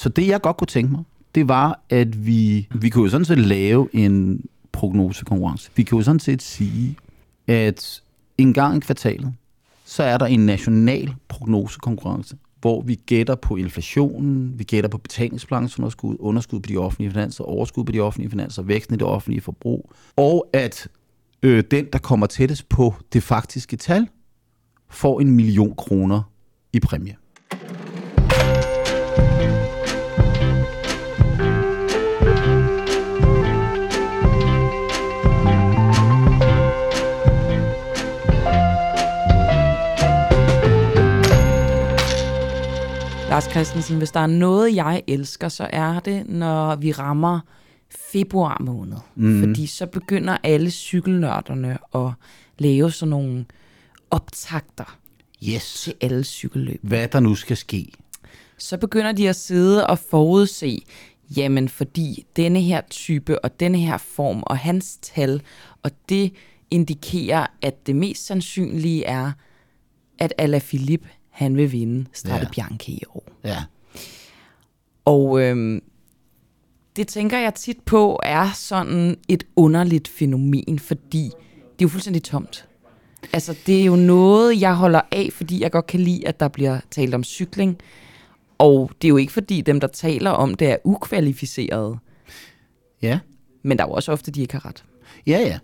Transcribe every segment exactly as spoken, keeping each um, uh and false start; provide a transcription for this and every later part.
så det, jeg godt kunne tænke mig, det var, at vi, vi kunne jo sådan set lave en prognosekonkurrence. Vi kan jo sådan set sige, at en gang i kvartalet, så er der en national prognosekonkurrence, hvor vi gætter på inflationen, vi gætter på betalingsbalanceunderskud, underskud på de offentlige finanser, overskud på de offentlige finanser, væksten i det offentlige forbrug, og at øh, den, der kommer tættest på det faktiske tal, får en million kroner i præmie. Lars Christensen, hvis der er noget, jeg elsker, så er det, når vi rammer februar måned. Mm. Fordi så begynder alle cykelnørderne at lave sådan nogle optakter yes. til alle cykelløb. Hvad der nu skal ske. Så begynder de at sidde og forudse, jamen fordi denne her type og denne her form og hans tal, og det indikerer, at det mest sandsynlige er, at Alaphilippe han vil vinde Strade ja. Bianche i år. Ja. Og øhm, det tænker jeg tit på er sådan et underligt fænomen, fordi det er jo fuldstændig tomt. Altså det er jo noget, jeg holder af, fordi jeg godt kan lide, at der bliver talt om cykling. Og det er jo ikke fordi dem, der taler om det, er ukvalificerede. Ja. Men der er jo også ofte, de ikke har ret. Ja, ja.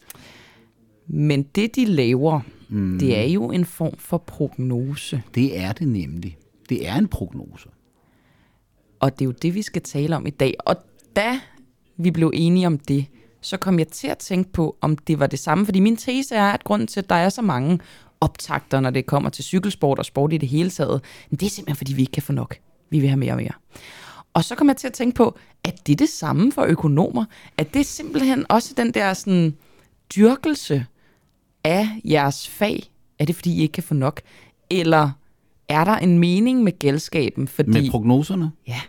Men det, de laver, mm. det er jo en form for prognose. Det er det nemlig. Det er en prognose. Og det er jo det, vi skal tale om i dag. Og da vi blev enige om det, så kom jeg til at tænke på, om det var det samme. Fordi min tese er, at grunden til, at der er så mange optakter, når det kommer til cykelsport og sport i det hele taget, det er simpelthen, fordi vi ikke kan få nok. Vi vil have mere og mere. Og så kom jeg til at tænke på, at det er det samme for økonomer. At det er simpelthen også den der sådan, dyrkelse af jeres fag. Er det, fordi I ikke kan få nok? Eller er der en mening med galskaben? Fordi... Med prognoserne? Ja.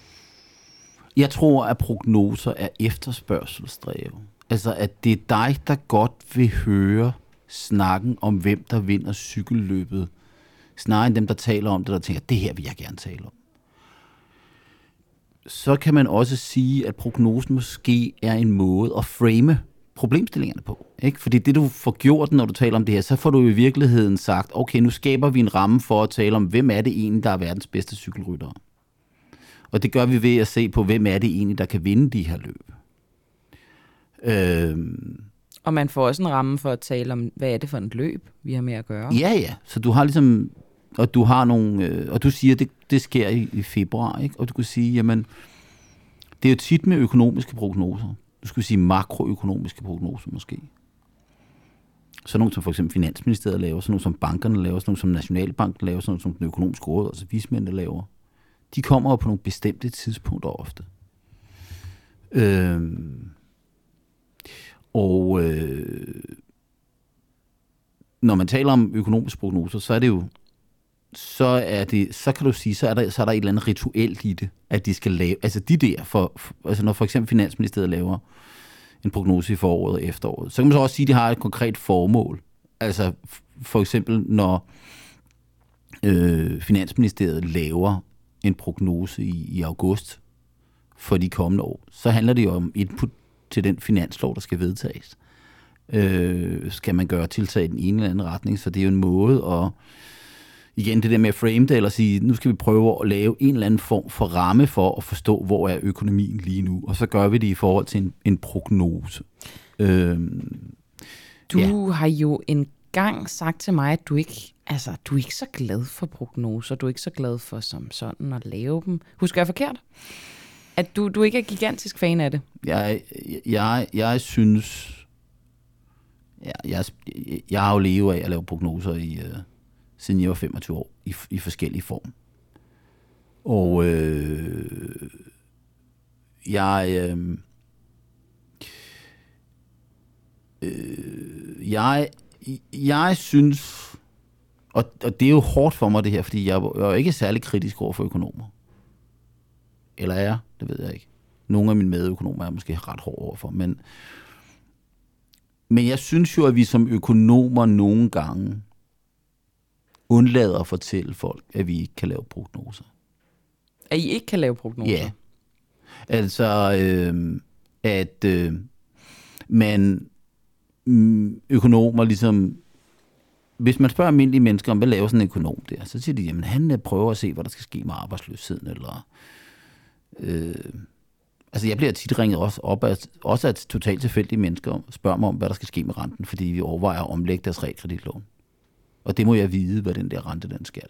Jeg tror, at prognoser er efterspørgselsdrevet. Altså, at det er dig, der godt vil høre snakken om, hvem der vinder cykelløbet, snarere end dem, der taler om det, der tænker, det her vil jeg gerne tale om. Så kan man også sige, at prognosen måske er en måde at frame problemstillingerne på. Ikke? Fordi det, du får gjort, når du taler om det her, så får du i virkeligheden sagt, okay, nu skaber vi en ramme for at tale om, hvem er det egentlig, der er verdens bedste cykelryttere. Og det gør vi ved at se på, hvem er det egentlig, der kan vinde de her løb. Øhm, og man får også en ramme for at tale om, hvad er det for et løb, vi har med at gøre. Ja, ja. Så du har ligesom, og du har nogle, øh, og du siger, det, det sker i, i februar, ikke? Og du kan sige, jamen, det er jo tit med økonomiske prognoser. Du skulle sige makroøkonomiske prognoser måske. Sådan nogle som for eksempel Finansministeriet laver, sådan nogle som bankerne laver, sådan nogle som Nationalbanken laver, sådan nogle som den økonomiske råd, altså vismændene laver. De kommer jo på nogle bestemte tidspunkter ofte. Øhm, og øh, når man taler om økonomiske prognoser, så er det jo, så er det, så kan du sige, så er der, så er der et eller andet rituelt i det, at de skal lave, altså de der, for, for, altså når for eksempel Finansministeriet laver en prognose i foråret og efteråret, så kan man så også sige, at de har et konkret formål. Altså for eksempel, når øh, Finansministeriet laver en prognose i, i august for de kommende år, så handler det jo om input til den finanslov, der skal vedtages. Øh, skal man gøre tiltag i den ene eller anden retning, så det er jo en måde at, igen det der med at frame det, eller sige, nu skal vi prøve at lave en eller anden form for ramme for at forstå, hvor er økonomien lige nu, og så gør vi det i forhold til en, en prognose. Øh, du ja. har jo engang sagt til mig, at du ikke Altså, du er ikke så glad for prognoser, du er ikke så glad for som sådan at lave dem. Husker jeg forkert? At du, du ikke er gigantisk fan af det? Jeg, jeg, jeg synes... Jeg, jeg, jeg har jo levet af at lave prognoser i, uh, siden jeg var femogtyve år, i, i forskellige form. Og øh, jeg... Øh, øh, jeg... Jeg synes... Og, og det er jo hårdt for mig det her, fordi jeg, jeg er jo ikke særlig kritisk over for økonomer. Eller er jeg? Det ved jeg ikke. Nogle af mine medøkonomer er måske ret hårde overfor, men, men jeg synes jo, at vi som økonomer nogle gange undlader at fortælle folk, at vi ikke kan lave prognoser. At I ikke kan lave prognoser? Ja. Altså, øh, at øh, man økonomer ligesom... Hvis man spørger almindelige mennesker om, hvad laver sådan en økonom der, så siger de, jamen han prøver at se, hvad der skal ske med arbejdsløsheden, eller... Øh, altså jeg bliver tit ringet også op af, også af totalt tilfældige mennesker, og spørger mig om, hvad der skal ske med renten, fordi vi overvejer at omlægge deres realkreditlån. Og det må jeg vide, hvad den der rente, den skal.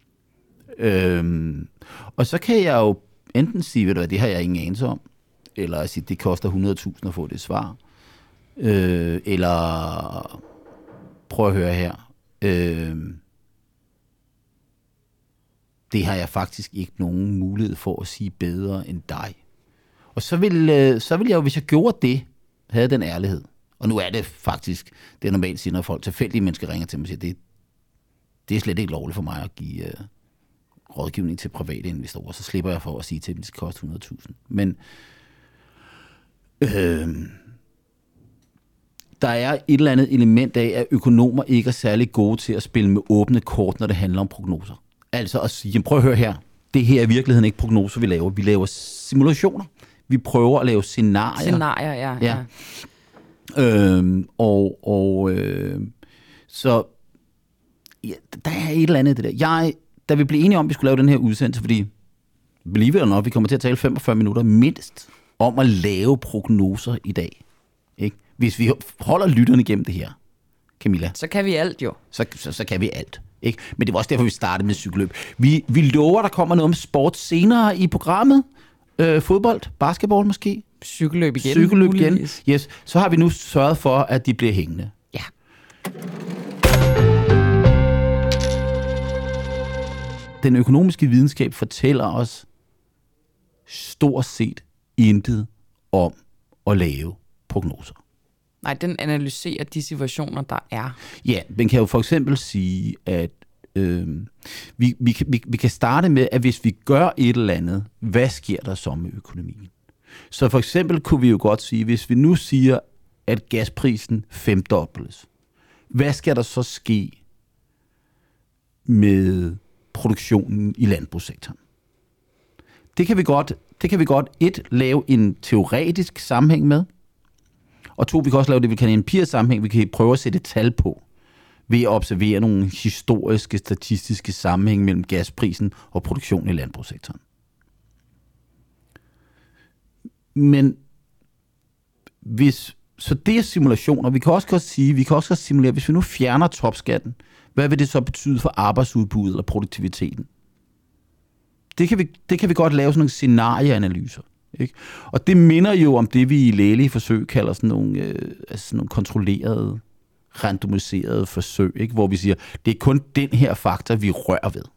Øhm, og så kan jeg jo enten sige, ved du hvad, det har jeg ingen anelse om, eller at sige, det koster hundrede tusind at få det svar, øh, eller prøv at høre her, øh, det har jeg faktisk ikke nogen mulighed for at sige bedre end dig. Og så vil, øh, så vil jeg jo, hvis jeg gjorde det, havde den ærlighed, og nu er det faktisk, det er normalt siger, når folk tilfældige mennesker ringer til mig og siger, det, det er slet ikke lovligt for mig at give... Øh, rådgivning til private investorer, så slipper jeg for at sige til dem, at det skal koste hundrede tusind. Men øh, der er et eller andet element af, at økonomer ikke er særlig gode til at spille med åbne kort, når det handler om prognoser. Altså at sige, prøv at høre her, det her er i virkeligheden ikke prognoser, vi laver. Vi laver simulationer. Vi prøver at lave scenarier. Scenarier, ja. ja. ja. Øh, og og øh, så ja, der er et eller andet det der. Jeg Da vi blev enige om, at vi skulle lave den her udsendelse, fordi, believe it or not, vi kommer til at tale femogfyrre minutter mindst om at lave prognoser i dag. Ikke? Hvis vi holder lytterne igennem det her, Camilla. Så kan vi alt jo. Så, så, så kan vi alt. Ikke? Men det var også derfor, vi startede med cykelløb. Vi, vi lover, der kommer noget om sport senere i programmet. Øh, fodbold, basketball måske. Cykelløb igen. Cykelløb igen. Yes. Så har vi nu sørget for, at de bliver hængende. Ja. Den økonomiske videnskab fortæller os stort set intet om at lave prognoser. Nej, den analyserer de situationer, der er. Ja, den kan jo for eksempel sige, at øh, vi, vi, kan, vi, vi kan starte med, at hvis vi gør et eller andet, hvad sker der så med økonomien? Så for eksempel kunne vi jo godt sige, hvis vi nu siger, at gasprisen femdobles, hvad skal der så ske med produktionen i landbrugssektoren? Det kan vi godt, det kan vi godt et, lave en teoretisk sammenhæng med, og to, vi kan også lave det, vi kan en empirisk sammenhæng, vi kan prøve at sætte et tal på, ved at observere nogle historiske, statistiske sammenhæng mellem gasprisen og produktionen i landbrugssektoren. Men hvis, så det er simulationer. Vi kan også godt sige, vi kan også godt simulere, hvis vi nu fjerner topskatten, hvad vil det så betyde for arbejdsudbuddet eller produktiviteten? Det kan vi, det kan vi godt lave sådan nogle scenarieanalyser. Ikke? Og det minder jo om det, vi i lægelige forsøg kalder sådan nogle, øh, altså sådan nogle kontrollerede, randomiserede forsøg, ikke? Hvor vi siger, det er kun den her faktor, vi rører ved.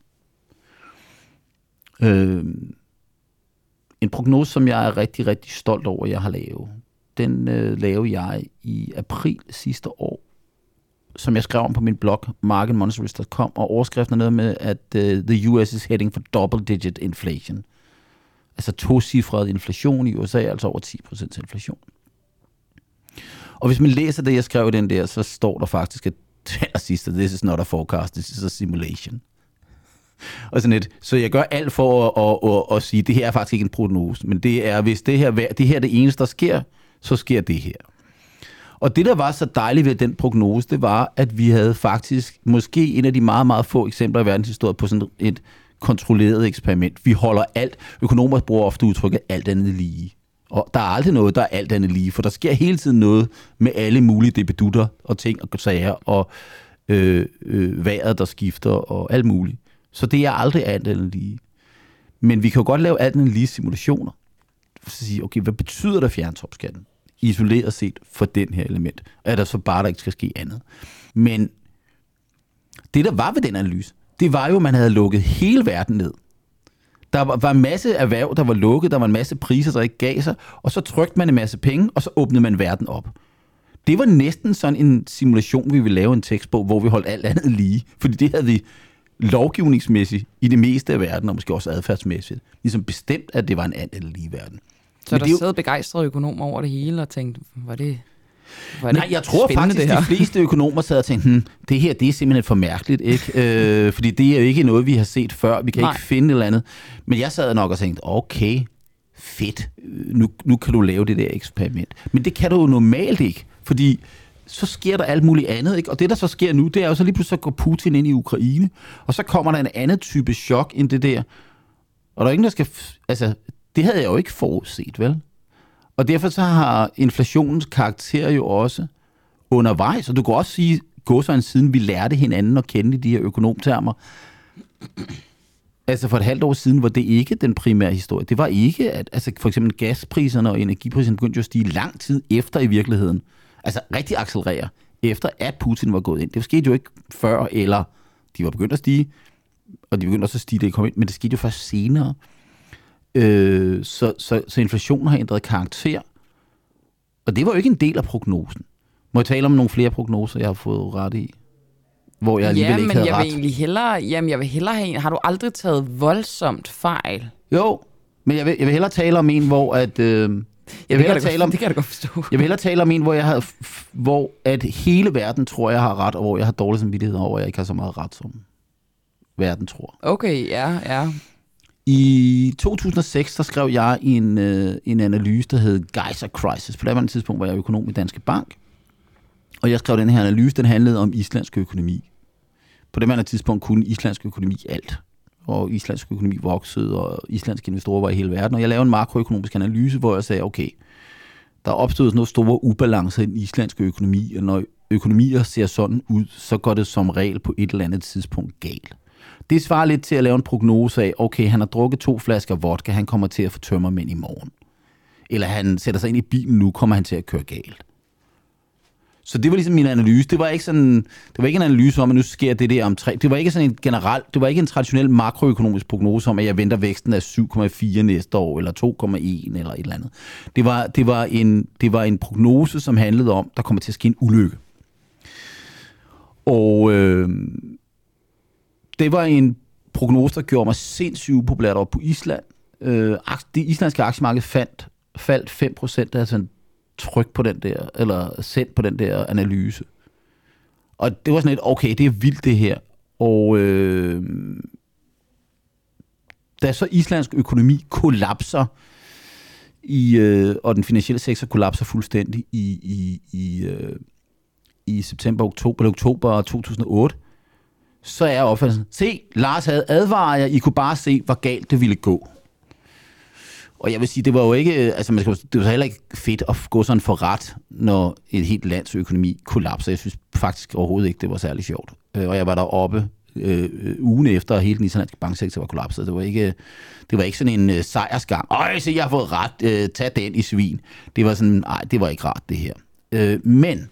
Øh, en prognose, som jeg er rigtig, rigtig stolt over, jeg har lavet, den øh, lavede jeg i april sidste år, som jeg skrev om på min blog, market monetarist punktum com, og overskriften er noget med, at uh, the U S is heading for double-digit inflation. Altså tocifret inflation i U S A, altså over ti procent inflation. Og hvis man læser det, jeg skrev i den der, så står der faktisk, at til sidst, this is not a forecast, this is a simulation. Og sådan et, så jeg gør alt for at, at, at, at sige, at det her er faktisk ikke en prognose, men det er, hvis det her, det her er det eneste, der sker, så sker det her. Og det, der var så dejligt ved den prognose, det var, at vi havde faktisk måske en af de meget, meget få eksempler i verdenshistorien på sådan et kontrolleret eksperiment. Vi holder alt. Økonomer bruger ofte udtrykket alt andet lige. Og der er aldrig noget, der er alt andet lige, for der sker hele tiden noget med alle mulige debedutter og ting og sager og øh, øh, vejret, der skifter og alt muligt. Så det er aldrig alt andet lige. Men vi kan jo godt lave alt andet lige simulationer. Så sige, okay, hvad betyder der fjerntopskatten? Isoleret set for den her element. Er der så bare, der ikke skal ske andet. Men det, der var ved den analyse, det var jo, at man havde lukket hele verden ned. Der var, var en masse erhverv, der var lukket, der var en masse priser, der ikke gav sig, og så trykte man en masse penge, og så åbnede man verden op. Det var næsten sådan en simulation, vi ville lave en tekst på, hvor vi holdt alt andet lige. Fordi det havde vi lovgivningsmæssigt i det meste af verden, og måske også adfærdsmæssigt, ligesom bestemt, at det var en alt andet lige verden. Så der sidder begejstrede økonomer over det hele og tænkte, var det... Nej, jeg tror faktisk, de fleste økonomer sad og tænkte, hm, det her det er simpelthen for mærkeligt, ikke? Øh, fordi det er jo ikke noget, vi har set før. Vi kan Nej. ikke finde et eller andet. Men jeg sad nok og tænkte, okay, fedt, nu, nu kan du lave det der eksperiment. Men det kan du jo normalt ikke, fordi så sker der alt muligt andet, ikke? Og det, der så sker nu, det er jo så lige pludselig, så går Putin ind i Ukraine, og så kommer der en anden type chok end det der. Og der er ingen, der skal... Altså, det havde jeg jo ikke forudset, vel? Og derfor så har inflationens karakter jo også undervejs, og du kan også sige, gåsøjne siden vi lærte hinanden at kende de her økonomtermer. Altså for et halvt år siden var det ikke den primære historie. Det var ikke, at altså for eksempel gaspriserne og energipriserne begyndte jo at stige lang tid efter i virkeligheden. Altså rigtig accelerere, efter at Putin var gået ind. Det skete jo ikke før, eller de var begyndt at stige, og de begyndte også at stige, da de kom ind, men det skete jo først senere. Øh, så, så, så inflationen har ændret karakter, og det var jo ikke en del af prognosen. Må jeg tale om nogle flere prognoser, jeg har fået ret i? Hvor jeg alligevel ja, ikke havde jeg ret. Vil egentlig hellere, jamen, jeg vil hellere have en. Har du aldrig taget voldsomt fejl? Jo, men jeg vil, jeg vil hellere tale om en, hvor at... Øh, jeg vil det, hellere kan tale om, det kan jeg godt forstå. Jeg vil hellere tale om en, hvor, jeg havde, hvor at hele verden tror, jeg har ret, og hvor jeg har dårlig samvittighed over, at jeg ikke har så meget ret, som verden tror. Okay, ja, ja. I to tusind og seks, der skrev jeg en, øh, en analyse, der hed Geyser Crisis. På det var et tidspunkt, var jeg økonom i Danske Bank. Og jeg skrev den her analyse, den handlede om islandsk økonomi. På det var et tidspunkt kunne islandsk økonomi alt. Og islandsk økonomi voksede, og islandske investorer var i hele verden. Og jeg lavede en makroøkonomisk analyse, hvor jeg sagde, okay, der er opstået sådan nogle store ubalancer i den islandske økonomi, og når økonomier ser sådan ud, så går det som regel på et eller andet tidspunkt galt. Det svarer lidt til at lave en prognose af, okay, han har drukket to flasker vodka, han kommer til at få tømmermænd i morgen. Eller han sætter sig ind i bilen nu, kommer han til at køre galt. Så det var ligesom min analyse. Det var ikke sådan, det var ikke en analyse om, at nu sker det der om tre. Det var ikke sådan en generel, det var ikke en traditionel makroøkonomisk prognose om, at jeg venter væksten af syv komma fire næste år, eller to komma en, eller et eller andet. Det var, det var, en, det var en prognose, som handlede om, der kommer til at ske en ulykke. Og øh, det var en prognose, der gjorde mig sindssygt upopulært over på Island. Øh, det islandske aktiemarked fandt, faldt fem procent, altså en tryk på den der, eller sendt på den der analyse. Og det var sådan lidt, okay, det er vildt det her. Og øh, da så islandsk økonomi kollapser, i, øh, og den finansielle sektor kollapser fuldstændig i, i, i, øh, i september, oktober, eller oktober to tusind og otte, så er opfattelsen, se, Lars havde advaret jer, I kunne bare se, hvor galt det ville gå. Og jeg vil sige, det var jo ikke, altså man skal, det var så heller ikke fedt at gå sådan for ret, når et helt lands økonomi kollapser. Jeg synes faktisk overhovedet ikke, det var særlig sjovt. Og jeg var deroppe øh, ugen efter, at hele den islandske banksektor var kollapset. Det var ikke, det var ikke sådan en øh, sejrsgang. Øj, se, jeg har fået ret, øh, tag den i svin. Det var sådan, nej, det var ikke rart, det her. Øh, men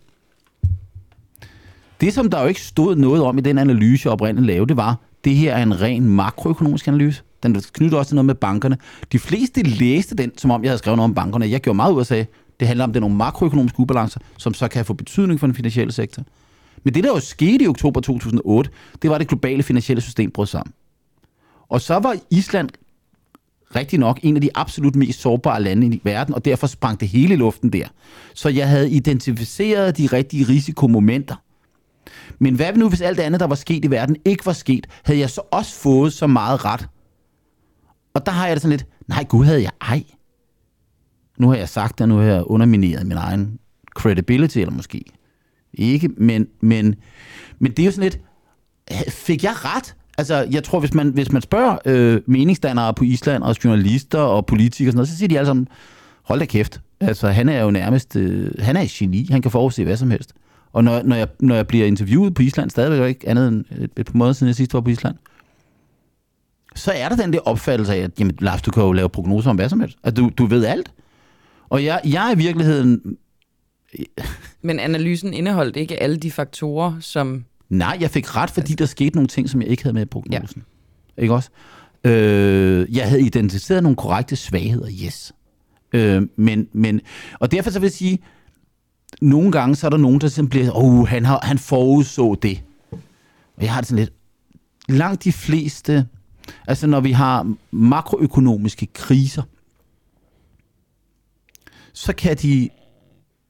det, som der jo ikke stod noget om i den analyse, jeg oprindeligt lavede, det var, det her er en ren makroøkonomisk analyse. Den knytter også til noget med bankerne. De fleste læste den, som om jeg havde skrevet noget om bankerne. Jeg gjorde meget ud af at sige, det handler om, det er nogle makroøkonomiske ubalancer, som så kan få betydning for den finansielle sektor. Men det, der jo skete i oktober to tusind og otte, det var, at det globale finansielle system brød sammen. Og så var Island rigtig nok en af de absolut mest sårbare lande i verden, og derfor sprang det hele i luften der. Så jeg havde identificeret de rigtige risikomomenter. Men hvad nu, hvis alt det andet, der var sket i verden, ikke var sket, havde jeg så også fået så meget ret. Og der har jeg det sådan lidt, nej gud havde jeg ej. Nu har jeg sagt det, nu har jeg undermineret min egen credibility, eller måske ikke, men, men, men det er jo sådan lidt, fik jeg ret? Altså, jeg tror, hvis man, hvis man spørger øh, meningsdannere på Island, og journalister og politikere og sådan noget, så siger de alle sammen, hold da kæft. Altså, han er jo nærmest, øh, han er et geni, han kan forudse hvad som helst. Og når, når, jeg, når jeg bliver interviewet på Island, stadigvæk ikke andet end et, et par måneder siden jeg sidst var på Island, så er der den der opfattelse af, at jamen, Lars, du kan jo lave prognoser om hvad som helst. At du, du ved alt. Og jeg, jeg er i virkeligheden... Men analysen indeholdt ikke alle de faktorer, som... Nej, jeg fik ret, fordi der skete nogle ting, som jeg ikke havde med i prognosen. Ja. Ikke også? Øh, jeg havde identificeret nogle korrekte svagheder, yes. Øh, men, men, og derfor så vil jeg sige, nogle gange så er der nogen, der simpelthen bliver, åh, oh, han, har, han forudså det. Og jeg har det sådan lidt... Langt de fleste... Altså når vi har makroøkonomiske kriser, så kan de,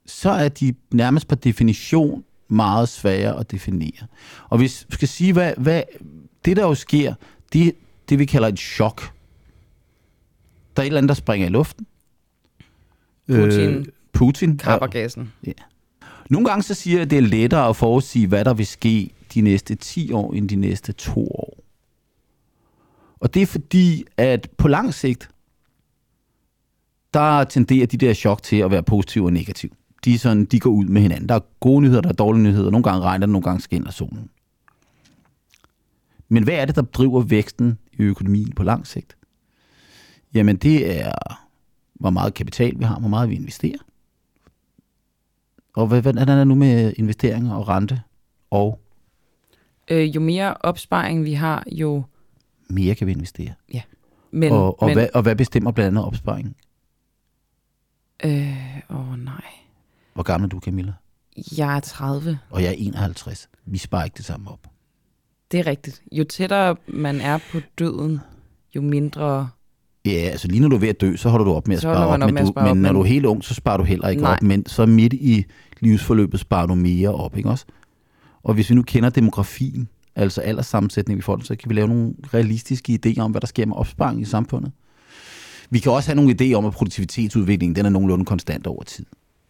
så er de nærmest per definition meget svære at definere. Og hvis vi skal sige, hvad, hvad det der jo sker, det, det vi kalder et chok. Der er et eller andet, der springer i luften. Putin. Øh, Putin. Kappergassen. Ja. Nogle gange så siger jeg, at det er lettere at forudsige, hvad der vil ske de næste ti år, end de næste to år. Og det er fordi, at på lang sigt, der tenderer de der chok til at være positive og negative. De, er sådan, de går ud med hinanden. Der er gode nyheder, der er dårlige nyheder. Nogle gange regner det, nogle gange skinner solen. Men hvad er det, der driver væksten i økonomien på lang sigt? Jamen det er, hvor meget kapital vi har, hvor meget vi investerer. Og hvad, hvordan er det nu med investeringer og rente? Og øh, jo mere opsparing vi har, jo mere kan vi investere. Ja. Men, og, og, men, hvad, og hvad bestemmer blandt andet opsparingen? Øh, åh nej. Hvor gammel er du, Camilla? Jeg er tredive. Og jeg er enoghalvtreds. Vi sparer ikke det samme op. Det er rigtigt. Jo tættere man er på døden, jo mindre... Ja, altså lige når du er ved at dø, så holder du op med at så spare op. op Men, med at spare du, op, men når men... du er helt ung, så sparer du heller ikke nej. op. Men så midt i livsforløbet sparer du mere op, ikke også? Og hvis vi nu kender demografien, altså alderssammensætning i forhold, så kan vi lave nogle realistiske idéer om, hvad der sker med opsparing i samfundet. Vi kan også have nogle idéer om, at produktivitetsudviklingen den er nogenlunde konstant over tid.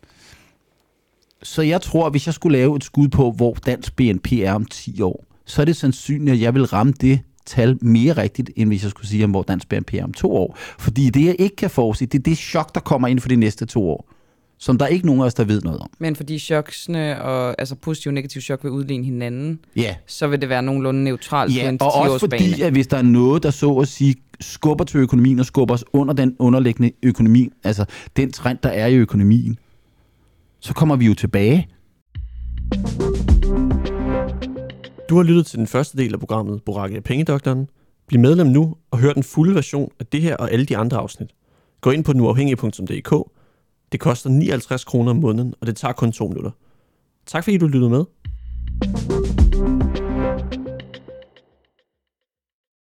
Så jeg tror, at hvis jeg skulle lave et skud på, hvor dansk B N P er om ti år, så er det sandsynligt, at jeg vil ramme det tal mere rigtigt, end hvis jeg skulle sige, om hvor dansk B N P er om to år. Fordi det, jeg ikke kan forudsige, det er det chok, der kommer ind for de næste to år, som der er ikke nogen af os, der ved noget om. Men fordi choksene og altså positiv og negativ chok vil udligne hinanden, ja. så vil det være nogenlunde neutralt ja, på en og også fordi, at hvis der er noget, der så at sige skubber til økonomien og skubber os under den underliggende økonomi, altså den trend, der er i økonomien, så kommer vi jo tilbage. Du har lyttet til den første del af programmet Boracke af Pengedoktoren. Bliv medlem nu og hør den fulde version af det her og alle de andre afsnit. Gå ind på den uafhængige punktum d k. Det koster nioghalvtreds kroner om måneden, og det tager kun to minutter. Tak fordi du lyttede med.